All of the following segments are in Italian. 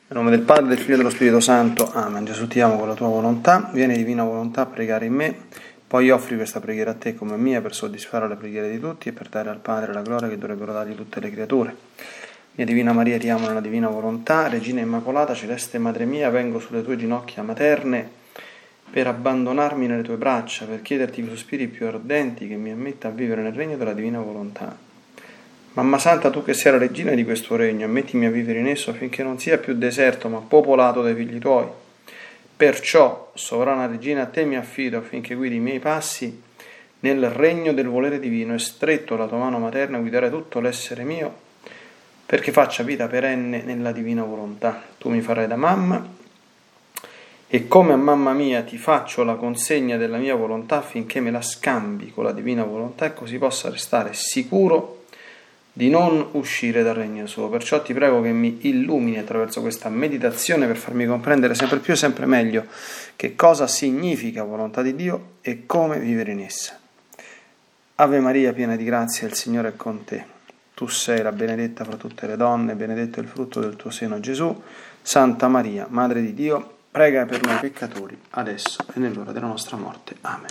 Nel nome del Padre, del Figlio e dello Spirito Santo. Amen. Gesù, ti amo con la tua volontà. Vieni, divina volontà, a pregare in me. Poi offri questa preghiera a te come mia per soddisfare le preghiere di tutti e per dare al Padre la gloria che dovrebbero dargli tutte le creature. Mia Divina Maria, ti amo nella divina volontà. Regina Immacolata, celeste Madre mia, vengo sulle tue ginocchia materne per abbandonarmi nelle tue braccia, per chiederti i sospiri più ardenti che mi ammetta a vivere nel regno della divina volontà. Mamma Santa, tu che sei la regina di questo regno, ammettimi a vivere in esso affinché non sia più deserto, ma popolato dai figli tuoi. Perciò, sovrana regina, a te mi affido affinché guidi i miei passi nel regno del volere divino e stretto la tua mano materna guidare tutto l'essere mio, perché faccia vita perenne nella divina volontà. Tu mi farai da mamma e come a mamma mia ti faccio la consegna della mia volontà affinché me la scambi con la divina volontà e così possa restare sicuro di non uscire dal regno suo. Perciò ti prego che mi illumini attraverso questa meditazione per farmi comprendere sempre più e sempre meglio che cosa significa volontà di Dio e come vivere in essa. Ave Maria, piena di grazia, il Signore è con te. Tu sei la benedetta fra tutte le donne, benedetto è il frutto del tuo seno, Gesù. Santa Maria, Madre di Dio, prega per noi peccatori, adesso e nell'ora della nostra morte. Amen.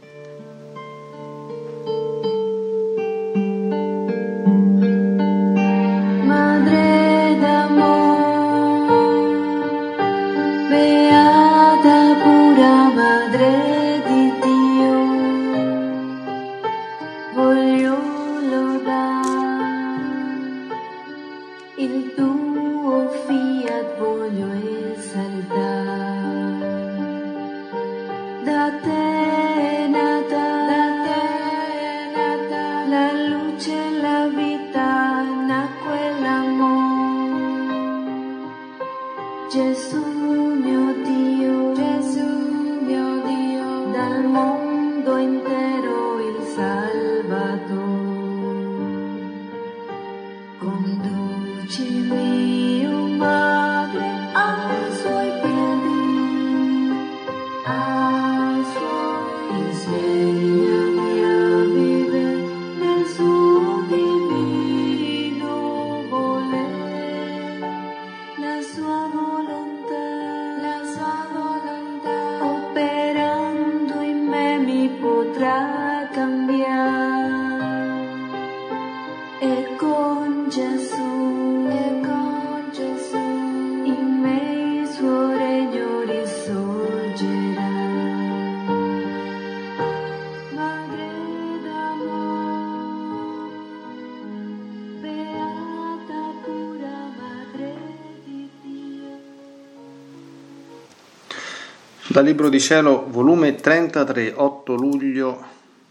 Dal Libro di Cielo, volume 33, 8 luglio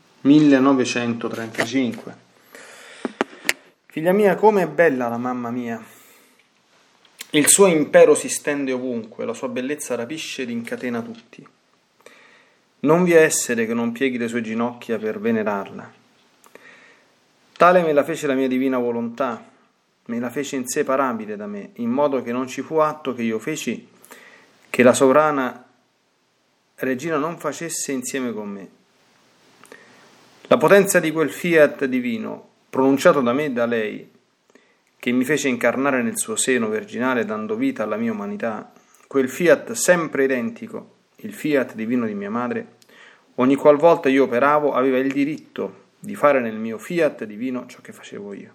1935. Figlia mia, come è bella la mamma mia! Il suo impero si stende ovunque, la sua bellezza rapisce ed incatena tutti. Non vi è essere che non pieghi le sue ginocchia per venerarla. Tale me la fece la mia divina volontà, me la fece inseparabile da me, in modo che non ci fu atto che io feci che la sovrana regina non facesse insieme con me. La potenza di quel fiat divino, pronunciato da me e da lei, che mi fece incarnare nel suo seno virginale dando vita alla mia umanità, quel fiat sempre identico, il fiat divino di mia madre, ogni qualvolta io operavo aveva il diritto di fare nel mio fiat divino ciò che facevo io.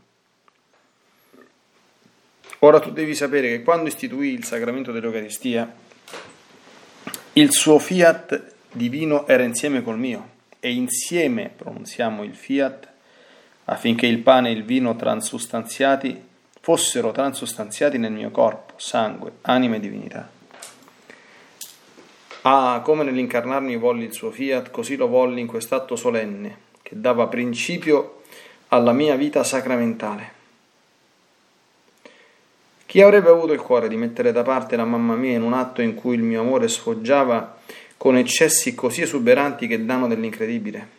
Ora tu devi sapere che quando istituì il sacramento dell'Eucaristia, il suo fiat divino era insieme col mio e insieme pronunziamo il fiat affinché il pane e il vino fossero transustanziati nel mio corpo, sangue, anima e divinità. Ah, come nell'incarnarmi volli il suo fiat, così lo volli in quest'atto solenne che dava principio alla mia vita sacramentale. Chi avrebbe avuto il cuore di mettere da parte la mamma mia in un atto in cui il mio amore sfoggiava con eccessi così esuberanti che danno dell'incredibile?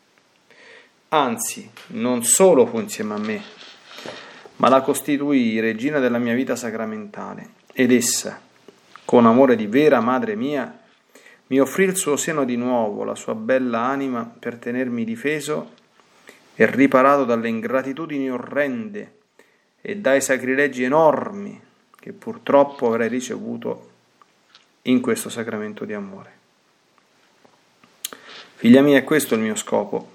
Anzi, non solo fu insieme a me, ma la costituì regina della mia vita sacramentale, ed essa, con amore di vera madre mia, mi offrì il suo seno di nuovo, la sua bella anima, per tenermi difeso e riparato dalle ingratitudini orrende e dai sacrilegi enormi che purtroppo avrei ricevuto in questo sacramento di amore. Figlia mia, è questo il mio scopo,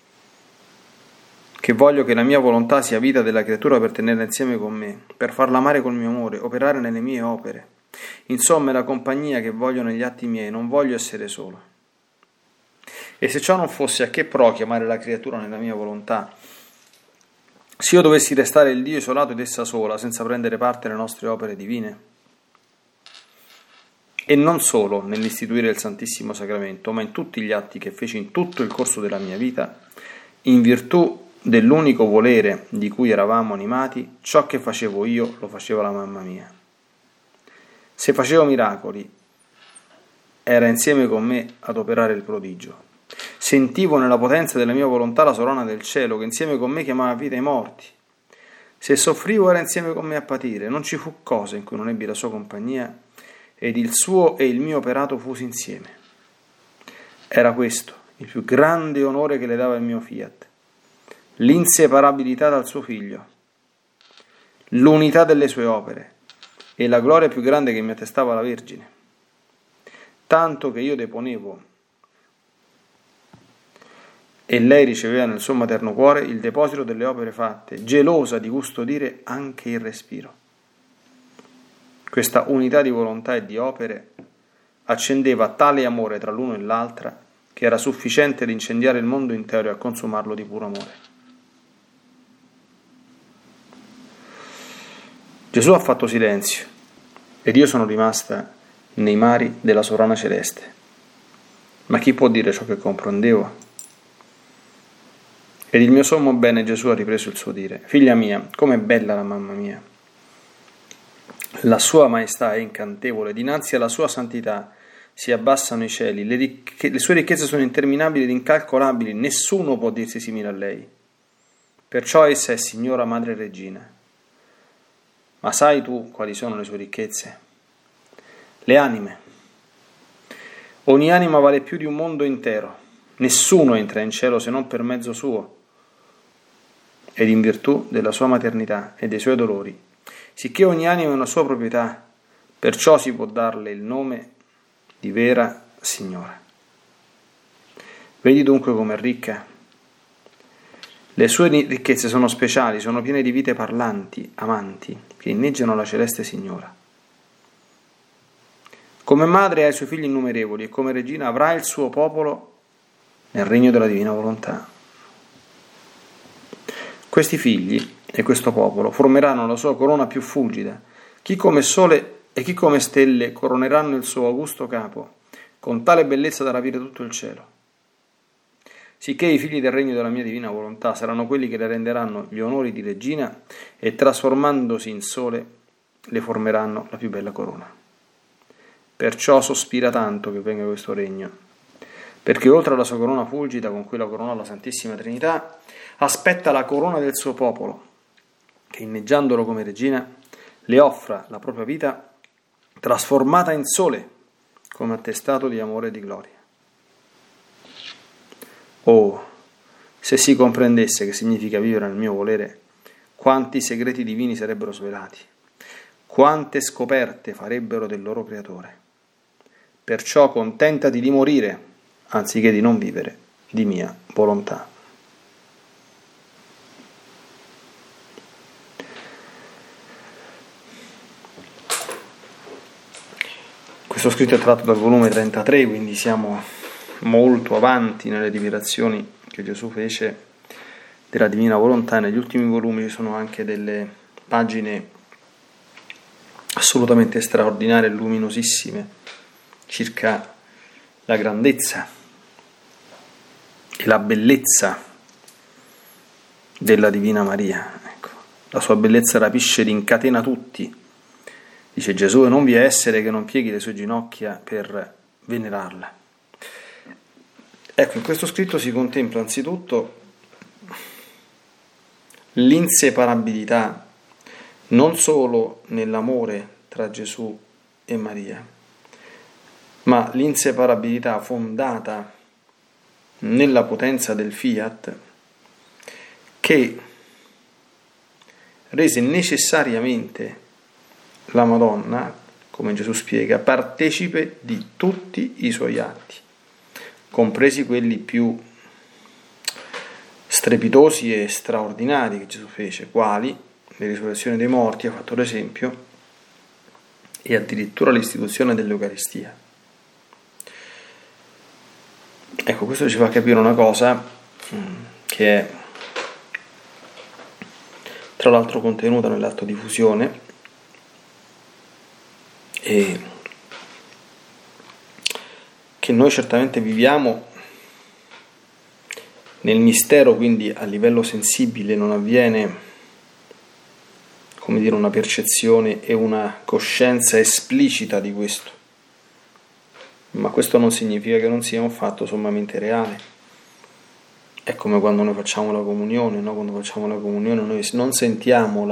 che voglio che la mia volontà sia vita della creatura per tenerla insieme con me, per farla amare col mio amore, operare nelle mie opere. Insomma, è la compagnia che voglio negli atti miei, non voglio essere solo. E se ciò non fosse, a che pro chiamare la creatura nella mia volontà? Se io dovessi restare il Dio isolato ed essa sola, senza prendere parte alle nostre opere divine? E non solo nell'istituire il Santissimo Sacramento, ma in tutti gli atti che feci in tutto il corso della mia vita, in virtù dell'unico volere di cui eravamo animati, ciò che facevo io lo faceva la mamma mia. Se facevo miracoli, era insieme con me ad operare il prodigio. Sentivo nella potenza della mia volontà la sorona del cielo, che insieme con me chiamava vita i morti. Se soffrivo, era insieme con me a patire. Non ci fu cosa in cui non ebbi la sua compagnia, ed il suo e il mio operato fusi insieme. Era questo il più grande onore che le dava il mio fiat, l'inseparabilità dal suo figlio, l'unità delle sue opere e la gloria più grande che mi attestava la Vergine, tanto che io deponevo e lei riceveva nel suo materno cuore il deposito delle opere fatte, gelosa di custodire anche il respiro. Questa unità di volontà e di opere accendeva tale amore tra l'uno e l'altra che era sufficiente ad incendiare il mondo intero e a consumarlo di puro amore. Gesù ha fatto silenzio ed io sono rimasta nei mari della sovrana celeste. Ma chi può dire ciò che comprendevo? Ed il mio sommo bene Gesù ha ripreso il suo dire: figlia mia, com'è bella la mamma mia! La sua maestà è incantevole, dinanzi alla sua santità si abbassano i cieli, le sue ricchezze sono interminabili ed incalcolabili, nessuno può dirsi simile a lei. Perciò essa è Signora, Madre e Regina. Ma sai tu quali sono le sue ricchezze? Le anime. Ogni anima vale più di un mondo intero. Nessuno entra in cielo se non per mezzo suo, ed in virtù della sua maternità e dei suoi dolori, sicché ogni anima è una sua proprietà, perciò si può darle il nome di vera Signora. Vedi dunque com'è ricca. Le sue ricchezze sono speciali, sono piene di vite parlanti, amanti, che inneggiano la celeste Signora. Come madre ha i suoi figli innumerevoli e come regina avrà il suo popolo nel regno della divina volontà. Questi figli e questo popolo formeranno la sua corona più fulgida, chi come sole e chi come stelle coroneranno il suo augusto capo, con tale bellezza da rapire tutto il cielo. Sicché i figli del regno della mia divina volontà saranno quelli che le renderanno gli onori di regina e trasformandosi in sole le formeranno la più bella corona. Perciò sospira tanto che venga questo regno, perché oltre alla sua corona fulgida con cui la coronò la Santissima Trinità, aspetta la corona del suo popolo, che inneggiandolo come regina le offra la propria vita trasformata in sole come attestato di amore e di gloria. Oh, se si comprendesse che significa vivere nel mio volere, quanti segreti divini sarebbero svelati, quante scoperte farebbero del loro creatore. Perciò contentati di morire, anziché di non vivere di mia volontà. Questo scritto è tratto dal volume 33, quindi siamo molto avanti nelle rivelazioni che Gesù fece della divina volontà. Negli ultimi volumi ci sono anche delle pagine assolutamente straordinarie e luminosissime circa la grandezza e la bellezza della Divina Maria. Ecco, la sua bellezza rapisce ed incatena tutti. Dice Gesù: e non vi è essere che non pieghi le sue ginocchia per venerarla. Ecco, in questo scritto si contempla anzitutto l'inseparabilità non solo nell'amore tra Gesù e Maria, ma l'inseparabilità fondata nella potenza del fiat, che rese necessariamente la Madonna, come Gesù spiega, partecipe di tutti i suoi atti, compresi quelli più strepitosi e straordinari che Gesù fece, quali le risurrezioni dei morti, ha fatto l'esempio, e addirittura l'istituzione dell'Eucaristia. Ecco, questo ci fa capire una cosa che è tra l'altro contenuta nell'atto di fusione e che noi certamente viviamo nel mistero, quindi a livello sensibile non avviene, come dire, una percezione e una coscienza esplicita di questo, ma questo non significa che non sia un fatto sommamente reale. È come quando noi facciamo la comunione, no? Quando facciamo la comunione noi non sentiamo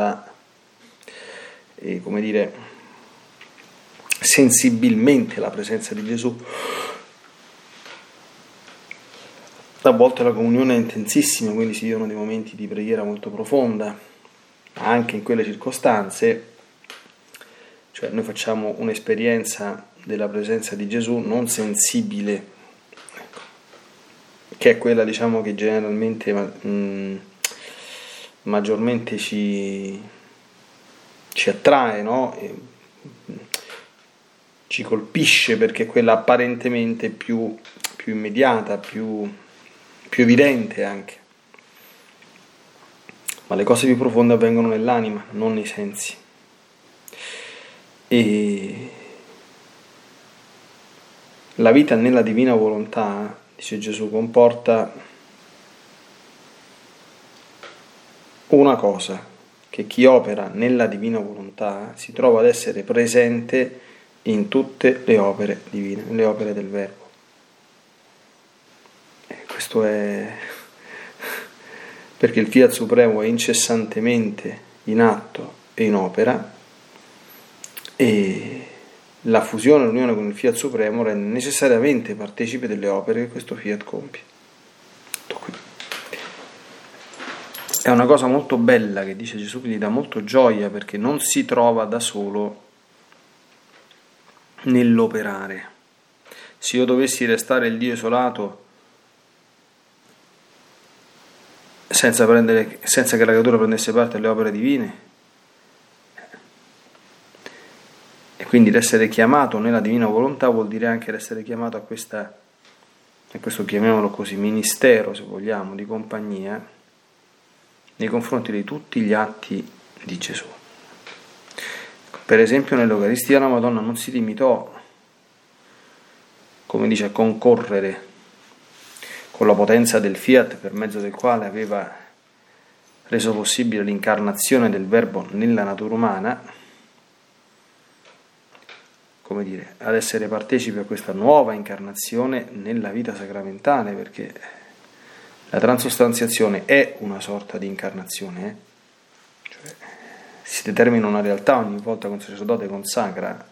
come dire, sensibilmente la presenza di Gesù. A volte la comunione è intensissima, quindi si vivono dei momenti di preghiera molto profonda, ma anche in quelle circostanze, cioè noi facciamo un'esperienza della presenza di Gesù non sensibile, che è quella, diciamo, che generalmente maggiormente ci attrae, no? Ci colpisce perché è quella apparentemente più immediata, più evidente anche. Ma le cose più profonde avvengono nell'anima, non nei sensi. E la vita nella divina volontà, dice Gesù, comporta una cosa, che chi opera nella divina volontà si trova ad essere presente in tutte le opere divine, le opere del Verbo. Questo è perché il Fiat Supremo è incessantemente in atto e in opera, e la fusione, l'unione con il Fiat Supremo rende necessariamente partecipe delle opere che questo Fiat compie. È una cosa molto bella che dice Gesù, che gli dà molto gioia, perché non si trova da solo nell'operare. Se io dovessi restare il Dio isolato senza che la creatura prendesse parte alle opere divine, e quindi l'essere chiamato nella divina volontà vuol dire anche l'essere chiamato a questo, chiamiamolo così, ministero, se vogliamo, di compagnia nei confronti di tutti gli atti di Gesù. Per esempio nell'Eucaristia la Madonna non si limitò, come dice, a concorrere con la potenza del Fiat, per mezzo del quale aveva reso possibile l'incarnazione del Verbo nella natura umana, come dire, ad essere partecipe a questa nuova incarnazione nella vita sacramentale, perché la transostanziazione è una sorta di incarnazione, cioè si determina una realtà ogni volta che un sacerdote consacra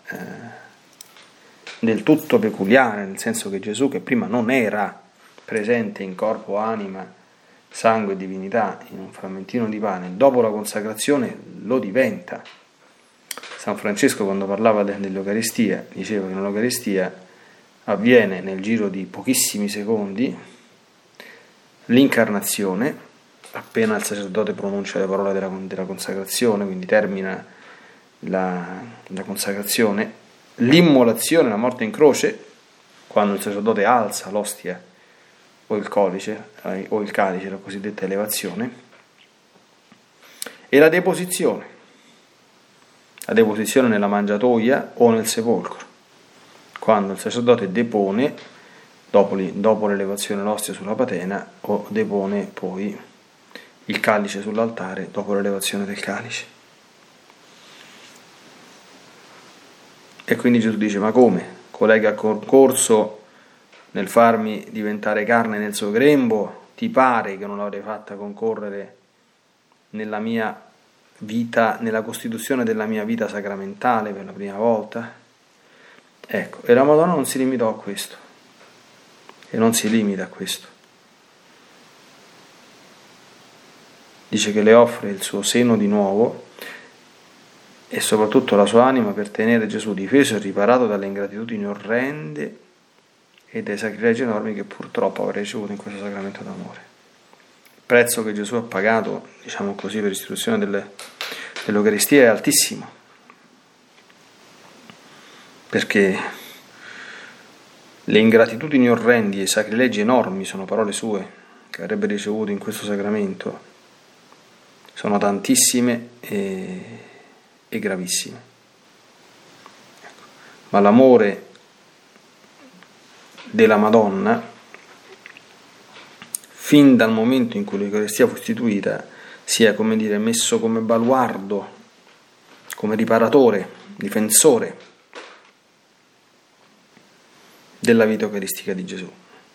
del tutto peculiare, nel senso che Gesù, che prima non era presente in corpo, anima, sangue e divinità in un frammentino di pane, dopo la consacrazione lo diventa. San Francesco, quando parlava dell'Eucaristia, diceva che nell'Eucaristia avviene nel giro di pochissimi secondi l'incarnazione, appena il sacerdote pronuncia le parole della consacrazione, quindi termina la consacrazione, l'immolazione, la morte in croce, quando il sacerdote alza l'ostia o il calice, la cosiddetta elevazione, e la deposizione nella mangiatoia o nel sepolcro, quando il sacerdote depone, dopo l'elevazione l'ostia sulla patena, o depone poi il calice sull'altare dopo l'elevazione del calice. E quindi Gesù dice: ma come? Colei che ha concorso nel farmi diventare carne nel suo grembo, ti pare che non l'avrei fatta concorrere nella mia vita, nella costituzione della mia vita sacramentale per la prima volta? Ecco, e la Madonna non si limitò a questo, e non si limita a questo. Dice che le offre il suo seno di nuovo, e soprattutto la sua anima per tenere Gesù difeso e riparato dalle ingratitudini orrende e dai sacrilegi enormi che purtroppo avrà ricevuto in questo sacramento d'amore. Il prezzo che Gesù ha pagato, diciamo così, per l'istituzione dell'Eucaristia è altissimo, perché le ingratitudini orrendi e i sacrilegi enormi, sono parole sue, che avrebbe ricevuto in questo sacramento, sono tantissime e gravissime. Ma l'amore della Madonna, fin dal momento in cui l'Eucaristia fu istituita, si è, come dire, messo come baluardo, come riparatore, difensore della vita eucaristica di Gesù.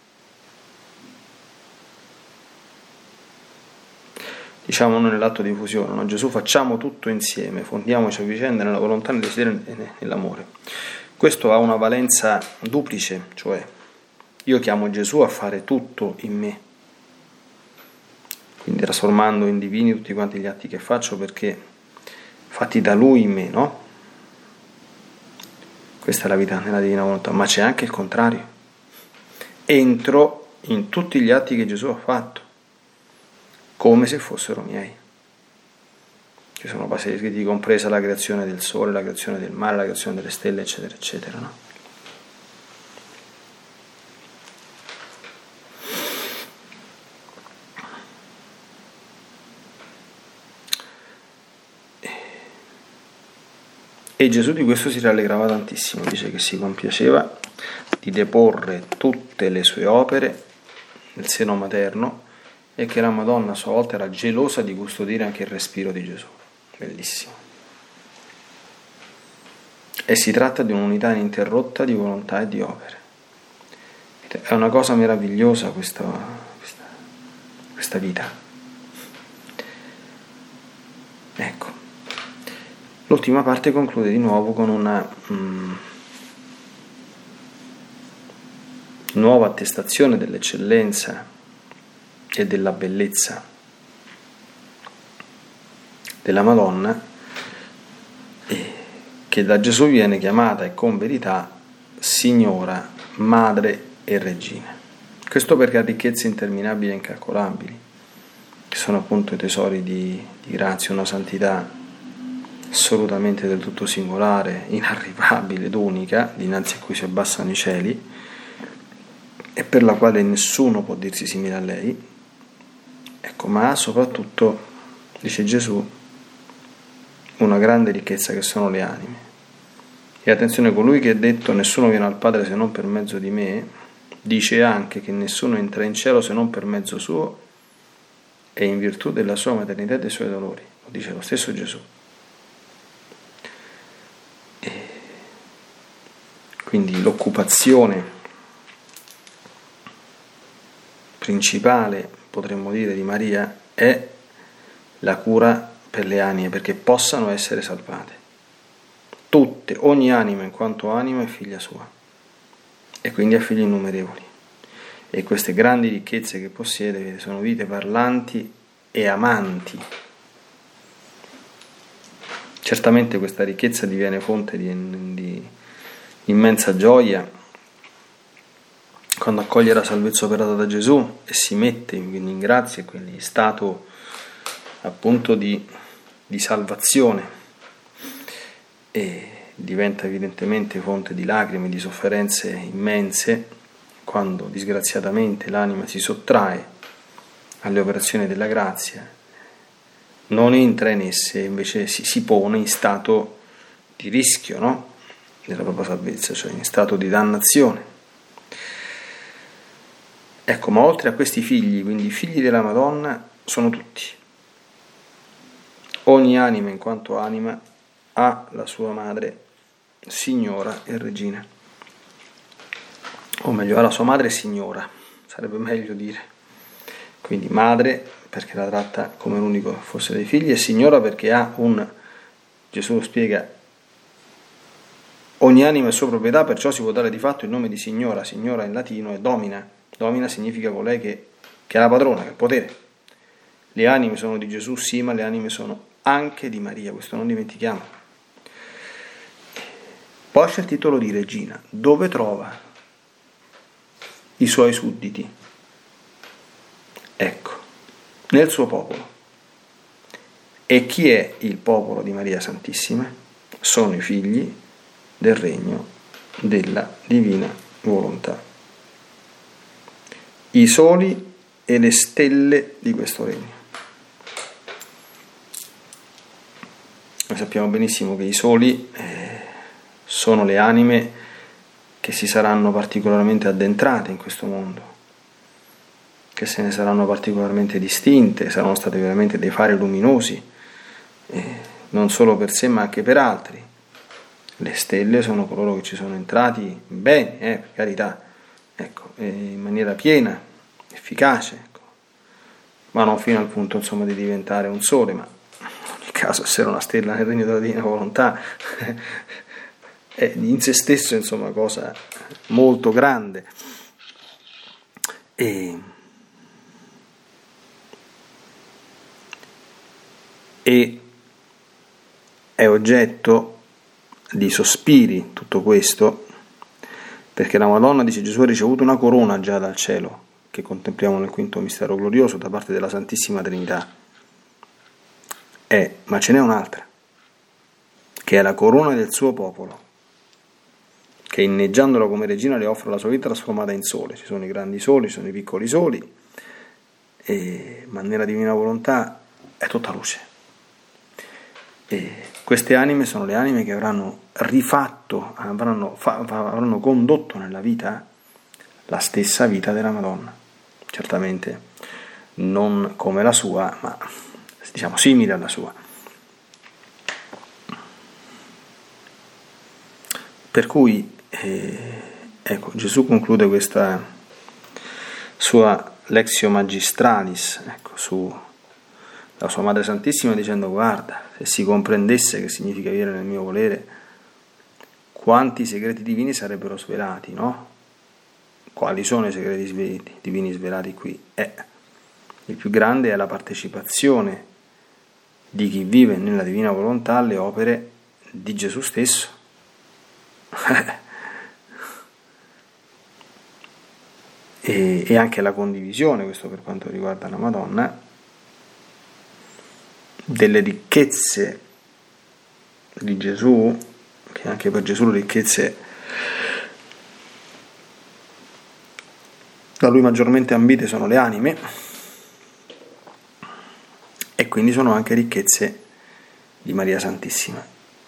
Diciamo noi nell'atto di fusione, no? Gesù, facciamo tutto insieme, fondiamoci a vicenda nella volontà, nel desiderio e nell'amore. Questo ha una valenza duplice, cioè io chiamo Gesù a fare tutto in me, quindi trasformando in divini tutti quanti gli atti che faccio, perché fatti da Lui in me, no? Questa è la vita nella divina volontà, ma c'è anche il contrario. Entro in tutti gli atti che Gesù ha fatto, come se fossero miei. Ci sono passaggi scritti, compresa la creazione del sole, la creazione del mare, la creazione delle stelle, eccetera, eccetera, no? E Gesù di questo si rallegrava tantissimo, dice che si compiaceva di deporre tutte le sue opere nel seno materno e che la Madonna a sua volta era gelosa di custodire anche il respiro di Gesù. Bellissimo. E si tratta di un'unità ininterrotta di volontà e di opere. È una cosa meravigliosa questa vita. Ecco. L'ultima parte conclude di nuovo con una nuova attestazione dell'eccellenza e della bellezza della Madonna, che da Gesù viene chiamata e con verità Signora, Madre e Regina. Questo perché ha ricchezze interminabili e incalcolabili, che sono appunto i tesori di grazia, una santità assolutamente del tutto singolare, inarrivabile ed unica, dinanzi a cui si abbassano i cieli, e per la quale nessuno può dirsi simile a lei. Ecco, ma soprattutto, dice Gesù, una grande ricchezza che sono le anime. E attenzione, colui che ha detto nessuno viene al Padre se non per mezzo di me, dice anche che nessuno entra in cielo se non per mezzo suo e in virtù della sua maternità e dei suoi dolori. Lo dice lo stesso Gesù. Quindi l'occupazione principale, potremmo dire, di Maria è la cura per le anime, perché possano essere salvate. Tutte, ogni anima in quanto anima è figlia sua e quindi ha figli innumerevoli. E queste grandi ricchezze che possiede sono vite parlanti e amanti. Certamente questa ricchezza diviene fonte di immensa gioia quando accoglie la salvezza operata da Gesù e si mette in grazia e quindi in stato appunto di salvazione, e diventa evidentemente fonte di lacrime, di sofferenze immense quando disgraziatamente l'anima si sottrae alle operazioni della grazia, non entra in esse, invece si pone in stato di rischio, no? Della propria salvezza, cioè in stato di dannazione. Ecco, ma oltre a questi figli, quindi i figli della Madonna, sono tutti. Ogni anima in quanto anima ha la sua madre Signora e Regina. O meglio, ha la sua madre Signora, sarebbe meglio dire. Quindi madre perché la tratta come l'unico forse dei figli, e Signora perché ha Gesù lo spiega, ogni anima è sua proprietà, perciò si può dare di fatto il nome di Signora. Signora in latino è domina. Domina significa colei che è la padrona, che ha il potere. Le anime sono di Gesù, sì, ma le anime sono anche di Maria, questo non dimentichiamo. Poi c'è il titolo di regina. Dove trova i suoi sudditi? Ecco, nel suo popolo. E chi è il popolo di Maria Santissima? Sono i figli del regno della divina volontà. I soli e le stelle di questo regno. Noi sappiamo benissimo che i soli sono le anime che si saranno particolarmente addentrate in questo mondo, che se ne saranno particolarmente distinte, saranno state veramente dei fari luminosi, non solo per sé ma anche per altri. Le stelle sono coloro che ci sono entrati bene, per carità, ecco, in maniera piena, efficace, ecco, ma non fino al punto insomma di diventare un sole, ma in ogni caso essere una stella nel regno della divina volontà è in se stesso insomma cosa molto grande. E è oggetto di sospiri tutto questo, perché la Madonna, dice Gesù, ha ricevuto una corona già dal cielo, che contempliamo nel quinto mistero glorioso, da parte della Santissima Trinità. Ma ce n'è un'altra, che è la corona del suo popolo, che inneggiandolo come regina le offre la sua vita trasformata in sole. Ci sono i grandi soli, ci sono i piccoli soli, ma nella divina volontà è tutta luce. E queste anime sono le anime che avranno rifatto, avranno condotto nella vita la stessa vita della Madonna. Certamente non come la sua, ma diciamo simile alla sua. Per cui ecco, Gesù conclude questa sua Lectio Magistralis, ecco, su la sua Madre Santissima, dicendo: guarda, se si comprendesse che significa vivere nel mio volere, quanti segreti divini sarebbero svelati, no? Quali sono i segreti divini svelati qui? Il più grande è la partecipazione di chi vive nella divina volontà alle opere di Gesù stesso. E anche la condivisione, questo per quanto riguarda la Madonna, delle ricchezze di Gesù, che anche per Gesù le ricchezze da lui maggiormente ambite sono le anime, e quindi sono anche ricchezze di Maria Santissima.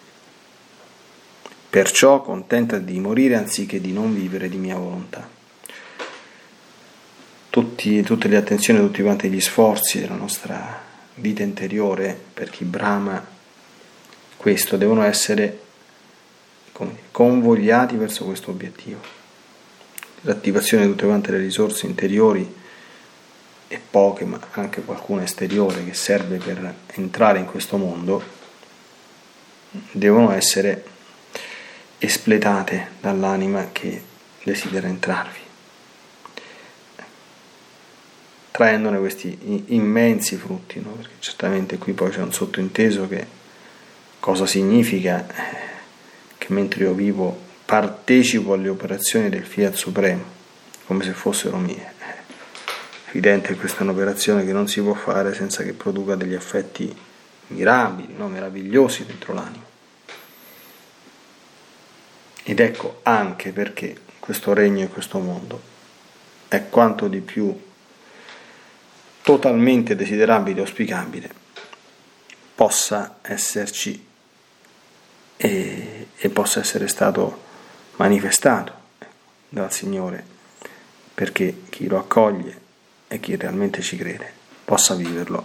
Perciò contenta di morire anziché di non vivere di mia volontà. Tutte le attenzioni, tutti quanti gli sforzi della nostra vita interiore, per chi brama questo, devono essere convogliati verso questo obiettivo. L'attivazione di tutte quante le risorse interiori, e poche, ma anche qualcuna esteriore, che serve per entrare in questo mondo, devono essere espletate dall'anima che desidera entrarvi, traendone questi immensi frutti, no? Perché certamente qui poi c'è un sottointeso che cosa significa che mentre io vivo partecipo alle operazioni del Fiat Supremo come se fossero mie. È evidente che questa è un'operazione che non si può fare senza che produca degli effetti mirabili, no? Meravigliosi dentro l'anima. Ed ecco anche perché questo regno e questo mondo è quanto di più totalmente desiderabile e auspicabile possa esserci e possa essere stato manifestato dal Signore, perché chi lo accoglie e chi realmente ci crede possa viverlo,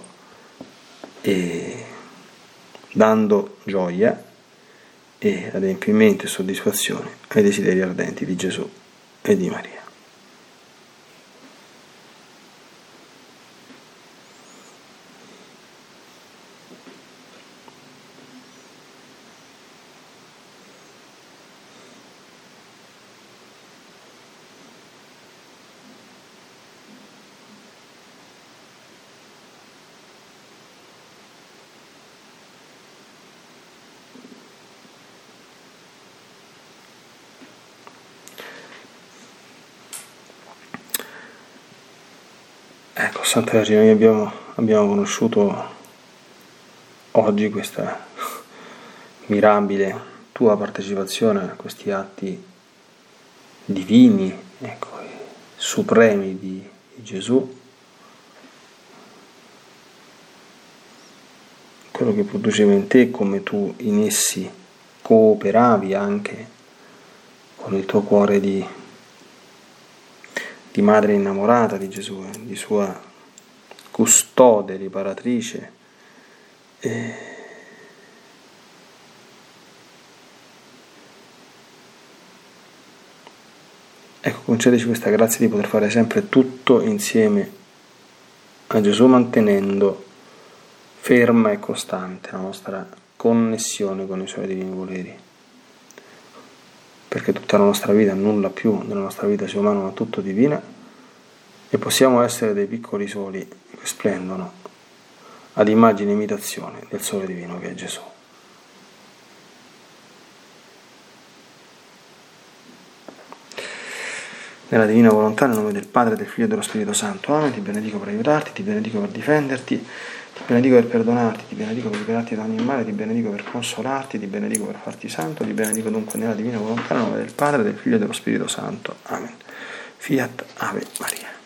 e dando gioia e adempimento e soddisfazione ai desideri ardenti di Gesù e di Maria. Santa Vergine, noi abbiamo conosciuto oggi questa mirabile tua partecipazione a questi atti divini, ecco, supremi di Gesù, quello che produceva in te, come tu in essi cooperavi anche con il tuo cuore di madre innamorata di Gesù, di sua custode, riparatrice. Ecco, concedeci questa grazia di poter fare sempre tutto insieme a Gesù, mantenendo ferma e costante la nostra connessione con i suoi divini voleri, perché tutta la nostra vita, nulla più nella nostra vita sia umana ma tutto divina, e possiamo essere dei piccoli soli che splendono ad immagine e imitazione del sole divino che è Gesù. Nella divina volontà, nel nome del Padre, del Figlio e dello Spirito Santo. Amen. Ti benedico per aiutarti, ti benedico per difenderti, ti benedico per perdonarti, ti benedico per liberarti da ogni male, ti benedico per consolarti, ti benedico per farti santo, ti benedico dunque nella divina volontà, nel nome del Padre, del Figlio e dello Spirito Santo. Amen. Fiat Ave Maria.